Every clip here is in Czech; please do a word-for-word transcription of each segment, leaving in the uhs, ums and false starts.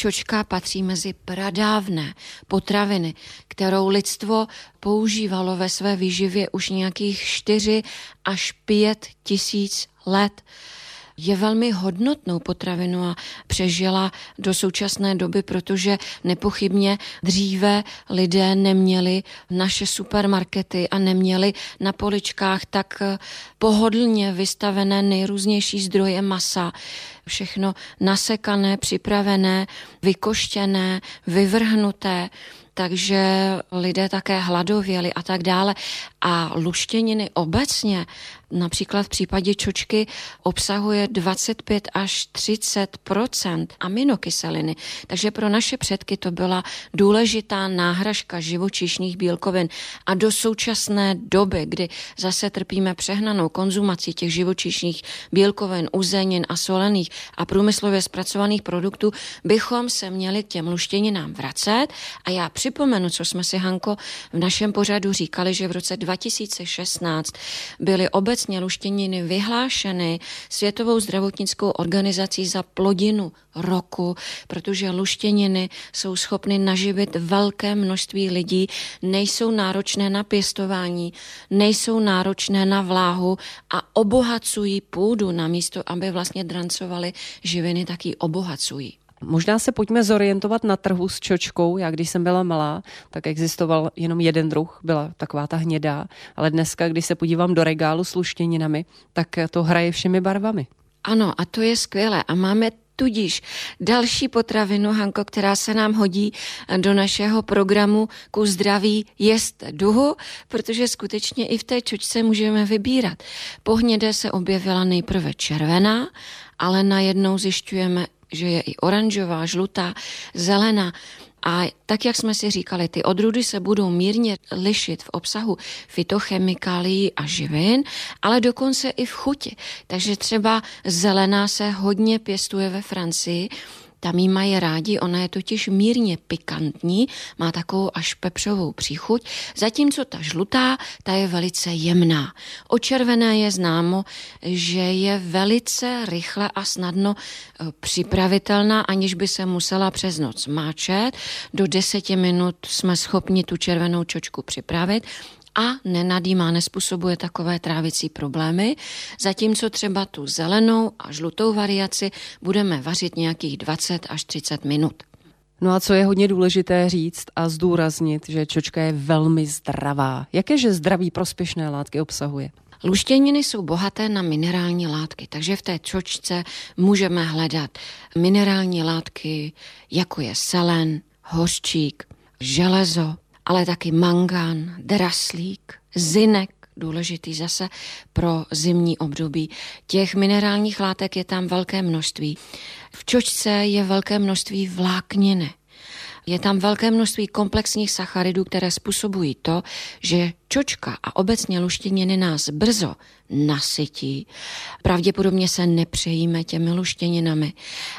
čočka patří mezi pradávné potraviny, kterou lidstvo používalo ve své výživě už nějakých čtyři až pět tisíc let. Je velmi hodnotnou potravinu a přežila do současné doby, protože nepochybně dříve lidé neměli naše supermarkety a neměli na poličkách tak pohodlně vystavené nejrůznější zdroje masa. Všechno nasekané, připravené, vykoštěné, vyvrhnuté, takže lidé také hladověli a tak dále. A luštěniny obecně, například v případě čočky, obsahuje dvacet pět až třicet procent aminokyseliny. Takže pro naše předky to byla důležitá náhražka živočišných bílkovin. A do současné doby, kdy zase trpíme přehnanou konzumací těch živočišných bílkovin, uzenin a solených a průmyslově zpracovaných produktů, bychom se měli k těm luštěninám vracet. A já připomenu, co jsme si, Hanko, v našem pořadu říkali, že v roce dva tisíce šestnáct byly obecně luštěniny vyhlášeny Světovou zdravotnickou organizací za plodinu roku, protože luštěniny jsou schopny naživit velké množství lidí, nejsou náročné na pěstování, nejsou náročné na vláhu a obohacují půdu namísto, aby vlastně drancovaly živiny, tak ji obohacují. Možná se pojďme zorientovat na trhu s čočkou. Já když jsem byla malá, tak existoval jenom jeden druh, byla taková ta hnědá, ale dneska, když se podívám do regálu s luštěninami, tak to hraje všemi barvami. Ano, a to je skvělé. A máme tudíž další potravinu, Hanko, která se nám hodí do našeho programu Ku zdraví jest duhu, protože skutečně i v té čočce můžeme vybírat. Po hnědé se objevila nejprve červená, ale najednou zjišťujeme, že je i oranžová, žlutá, zelená. A tak, jak jsme si říkali, ty odrůdy se budou mírně lišit v obsahu fytochemikálií a živin, ale dokonce i v chuti. Takže třeba zelená se hodně pěstuje ve Francii, tam jí mají rádi, ona je totiž mírně pikantní, má takovou až pepřovou příchuť, zatímco ta žlutá, ta je velice jemná. O červené je známo, že je velice rychle a snadno připravitelná, aniž by se musela přes noc máčet. Do deseti minut jsme schopni tu červenou čočku připravit a nenadýmá, nespůsobuje takové trávicí problémy, zatímco třeba tu zelenou a žlutou variaci budeme vařit nějakých dvacet až třicet minut. No a co je hodně důležité říct a zdůraznit, že čočka je velmi zdravá. Jakéže zdraví prospěšné látky obsahuje? Luštěniny jsou bohaté na minerální látky, takže v té čočce můžeme hledat minerální látky, jako je selen, hořčík, železo, ale taky mangán, draslík, zinek, důležitý zase pro zimní období. Těch minerálních látek je tam velké množství. V čočce je velké množství vlákniny. Je tam velké množství komplexních sacharidů, které způsobují to, že čočka a obecně luštěniny nás brzo nasytí. Pravděpodobně se nepřejíme těmi luštěninami.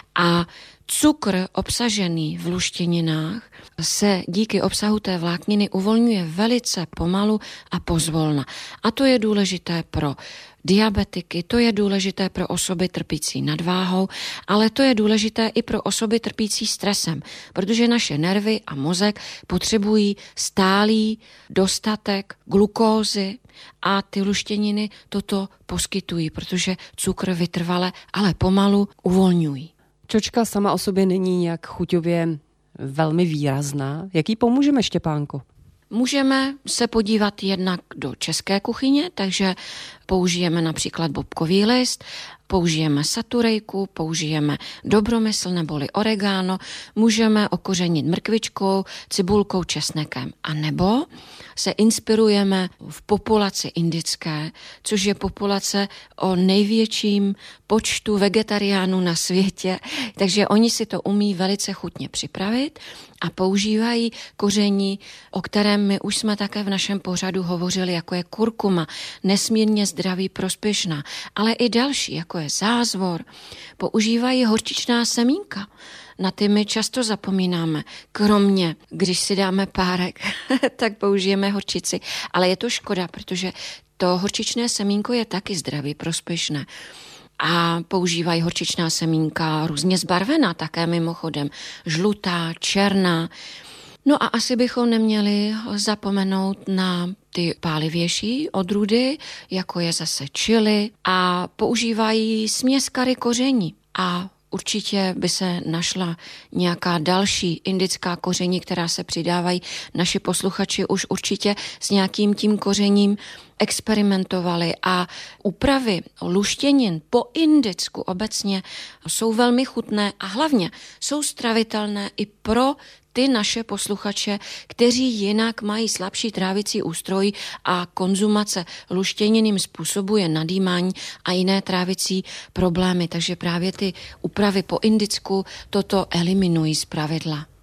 A cukr obsažený v luštěninách se díky obsahu té vlákniny uvolňuje velice pomalu a pozvolna. A to je důležité pro diabetiky, to je důležité pro osoby trpící nadváhou, ale to je důležité i pro osoby trpící stresem, protože naše nervy a mozek potřebují stálý dostatek glukózy a ty luštěniny toto poskytují, protože cukr vytrvale, ale pomalu uvolňují. Čočka sama o sobě není nějak chuťově velmi výrazná. Jak jí pomůžeme, Štěpánko? Můžeme se podívat jednak do české kuchyně, takže použijeme například bobkový list, použijeme saturejku, použijeme dobromysl neboli oregano, můžeme okořenit mrkvičkou, cibulkou, česnekem. A nebo se inspirujeme v populaci indické, což je populace o největším počtu vegetariánů na světě, takže oni si to umí velice chutně připravit a používají koření, o kterém my už jsme také v našem pořadu hovořili, jako je kurkuma, nesmírně zdraví, prospěšná, ale i další, jako je zázvor. Používají horčičná semínka. Na ty my často zapomínáme. Kromě, když si dáme párek, tak použijeme horčici. Ale je to škoda, protože to horčičné semínko je taky zdraví, prospěšné. a používají horčičná semínka různě zbarvená, také mimochodem žlutá, černá. No a asi bychom neměli zapomenout na ty pálivější odrůdy, jako je zase chili, a používají směs kary koření. A určitě by se našla nějaká další indická koření, která se přidávají. Naši posluchači už určitě s nějakým tím kořením experimentovali a úpravy luštěnin po indicku obecně jsou velmi chutné a hlavně jsou stravitelné i pro ty naše posluchače, kteří jinak mají slabší trávicí ústroj a konzumace luštěnin jim způsobuje nadýmání a jiné trávicí problémy. Takže právě ty úpravy po indicku toto eliminují zpravidla.